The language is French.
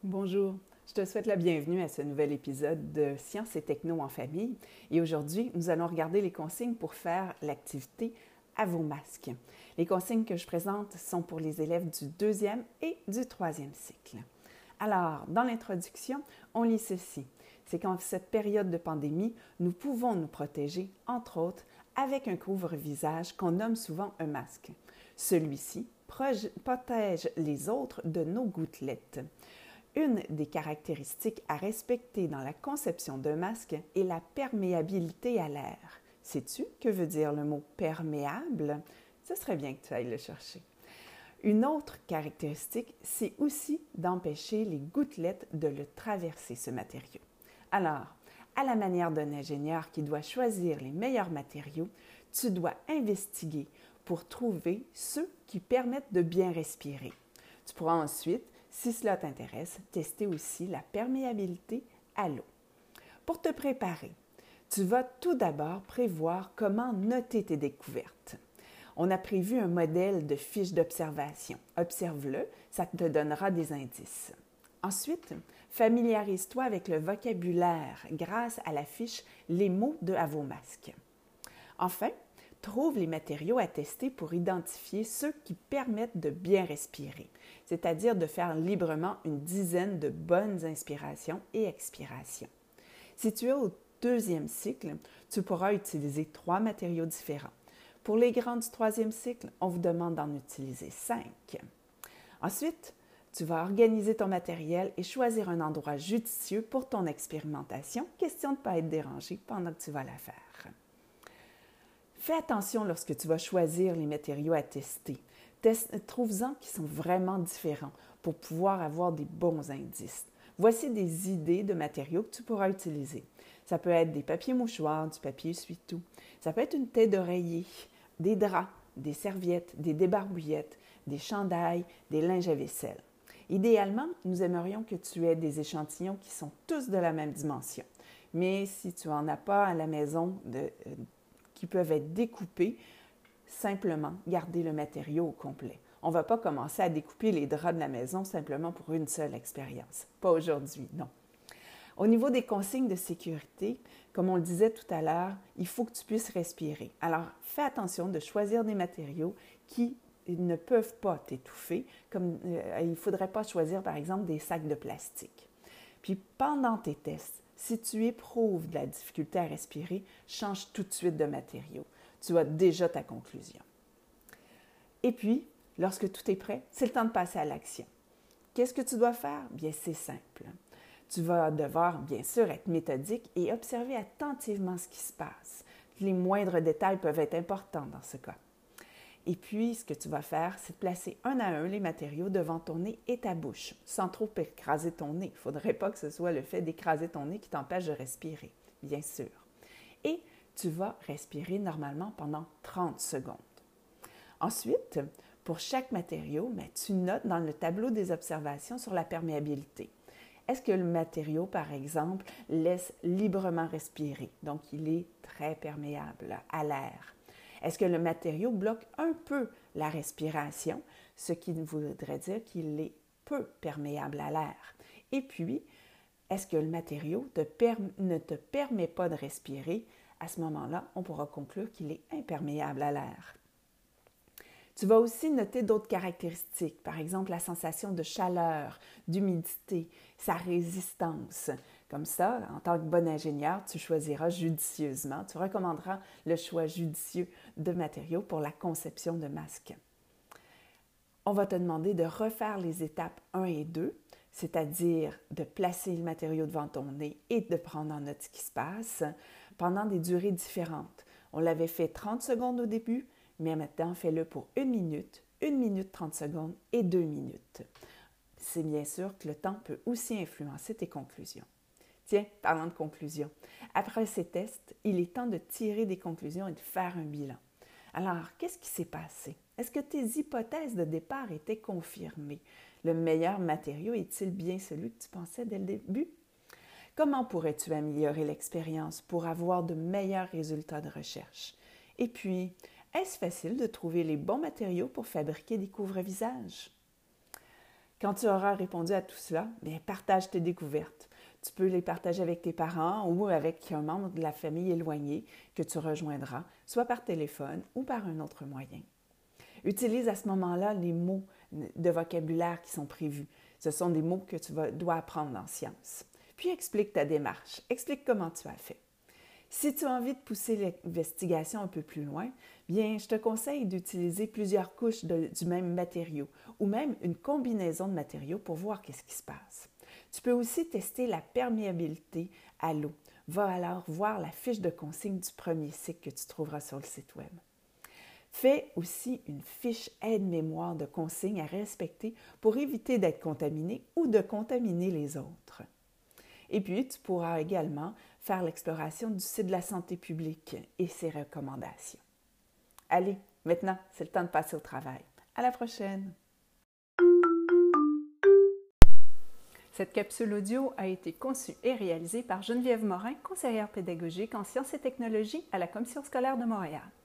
Bonjour, je te souhaite la bienvenue à ce nouvel épisode de Sciences et Techno en famille. Et aujourd'hui, nous allons regarder les consignes pour faire l'activité à vos masques. Les consignes que je présente sont pour les élèves du deuxième et du troisième cycle. Alors, dans l'introduction, on lit ceci. C'est qu'en cette période de pandémie, nous pouvons nous protéger, entre autres, avec un couvre-visage qu'on nomme souvent un masque. Celui-ci protège les autres de nos gouttelettes. Une des caractéristiques à respecter dans la conception d'un masque est la perméabilité à l'air. Sais-tu que veut dire le mot perméable? Ce serait bien que tu ailles le chercher. Une autre caractéristique, c'est aussi d'empêcher les gouttelettes de le traverser, ce matériau. Alors, à la manière d'un ingénieur qui doit choisir les meilleurs matériaux, tu dois investiguer pour trouver ceux qui permettent de bien respirer. Tu pourras ensuite, si cela t'intéresse, tester aussi la perméabilité à l'eau. Pour te préparer, tu vas tout d'abord prévoir comment noter tes découvertes. On a prévu un modèle de fiche d'observation. Observe-le, ça te donnera des indices. Ensuite, familiarise-toi avec le vocabulaire grâce à la fiche Les mots à vos masques. Enfin, trouve les matériaux à tester pour identifier ceux qui permettent de bien respirer, c'est-à-dire de faire librement une dizaine de bonnes inspirations et expirations. Si tu es au deuxième cycle, tu pourras utiliser 3 matériaux différents. Pour les grands du troisième cycle, on vous demande d'en utiliser 5. Ensuite, tu vas organiser ton matériel et choisir un endroit judicieux pour ton expérimentation, question de ne pas être dérangé pendant que tu vas la faire. Fais attention lorsque tu vas choisir les matériaux à tester. Trouve-en qui sont vraiment différents pour pouvoir avoir des bons indices. Voici des idées de matériaux que tu pourras utiliser. Ça peut être des papiers mouchoirs, du papier essuie-tout. Ça peut être une tête d'oreiller, des draps, des serviettes, des débarbouillettes, des chandails, des linges à vaisselle. Idéalement, nous aimerions que tu aies des échantillons qui sont tous de la même dimension. Mais si tu n'en as pas à la maison qui peuvent être découpés, simplement garder le matériau au complet. On ne va pas commencer à découper les draps de la maison simplement pour une seule expérience. Pas aujourd'hui, non. Au niveau des consignes de sécurité, comme on le disait tout à l'heure, il faut que tu puisses respirer. Alors, fais attention de choisir des matériaux qui ne peuvent pas t'étouffer, comme il ne faudrait pas choisir, par exemple, des sacs de plastique. Puis, pendant tes tests, si tu éprouves de la difficulté à respirer, change tout de suite de matériau. Tu as déjà ta conclusion. Et puis, lorsque tout est prêt, c'est le temps de passer à l'action. Qu'est-ce que tu dois faire? Bien, c'est simple. Tu vas devoir, bien sûr, être méthodique et observer attentivement ce qui se passe. Les moindres détails peuvent être importants dans ce cas. Et puis, ce que tu vas faire, c'est de placer un à un les matériaux devant ton nez et ta bouche, sans trop écraser ton nez. Il ne faudrait pas que ce soit le fait d'écraser ton nez qui t'empêche de respirer, bien sûr. Et tu vas respirer normalement pendant 30 secondes. Ensuite, pour chaque matériau, tu notes dans le tableau des observations sur la perméabilité. Est-ce que le matériau, par exemple, laisse librement respirer? Donc, il est très perméable à l'air. Est-ce que le matériau bloque un peu la respiration, ce qui voudrait dire qu'il est peu perméable à l'air? Et puis, est-ce que le matériau ne te permet pas de respirer? À ce moment-là, on pourra conclure qu'il est imperméable à l'air. Tu vas aussi noter d'autres caractéristiques, par exemple la sensation de chaleur, d'humidité, sa résistance. Comme ça, en tant que bon ingénieur, tu choisiras judicieusement, tu recommanderas le choix judicieux de matériaux pour la conception de masques. On va te demander de refaire les étapes 1 et 2, c'est-à-dire de placer le matériau devant ton nez et de prendre en note ce qui se passe pendant des durées différentes. On l'avait fait 30 secondes au début, mais maintenant, fais-le pour 1 minute 30 secondes et 2 minutes. C'est bien sûr que le temps peut aussi influencer tes conclusions. Tiens, parlant de conclusions, après ces tests, il est temps de tirer des conclusions et de faire un bilan. Alors, qu'est-ce qui s'est passé? Est-ce que tes hypothèses de départ étaient confirmées? Le meilleur matériau est-il bien celui que tu pensais dès le début? Comment pourrais-tu améliorer l'expérience pour avoir de meilleurs résultats de recherche? Et puis, est-ce facile de trouver les bons matériaux pour fabriquer des couvre-visages? Quand tu auras répondu à tout cela, bien, partage tes découvertes. Tu peux les partager avec tes parents ou avec un membre de la famille éloignée que tu rejoindras, soit par téléphone ou par un autre moyen. Utilise à ce moment-là les mots de vocabulaire qui sont prévus. Ce sont des mots que tu dois apprendre en sciences. Puis explique ta démarche, explique comment tu as fait. Si tu as envie de pousser l'investigation un peu plus loin, bien, je te conseille d'utiliser plusieurs couches du même matériau ou même une combinaison de matériaux pour voir qu'est-ce qui se passe. Tu peux aussi tester la perméabilité à l'eau. Va alors voir la fiche de consigne du premier cycle que tu trouveras sur le site web. Fais aussi une fiche aide-mémoire de consignes à respecter pour éviter d'être contaminé ou de contaminer les autres. Et puis, tu pourras également faire l'exploration du site de la santé publique et ses recommandations. Allez, maintenant, c'est le temps de passer au travail. À la prochaine! Cette capsule audio a été conçue et réalisée par Geneviève Morin, conseillère pédagogique en sciences et technologies à la Commission scolaire de Montréal.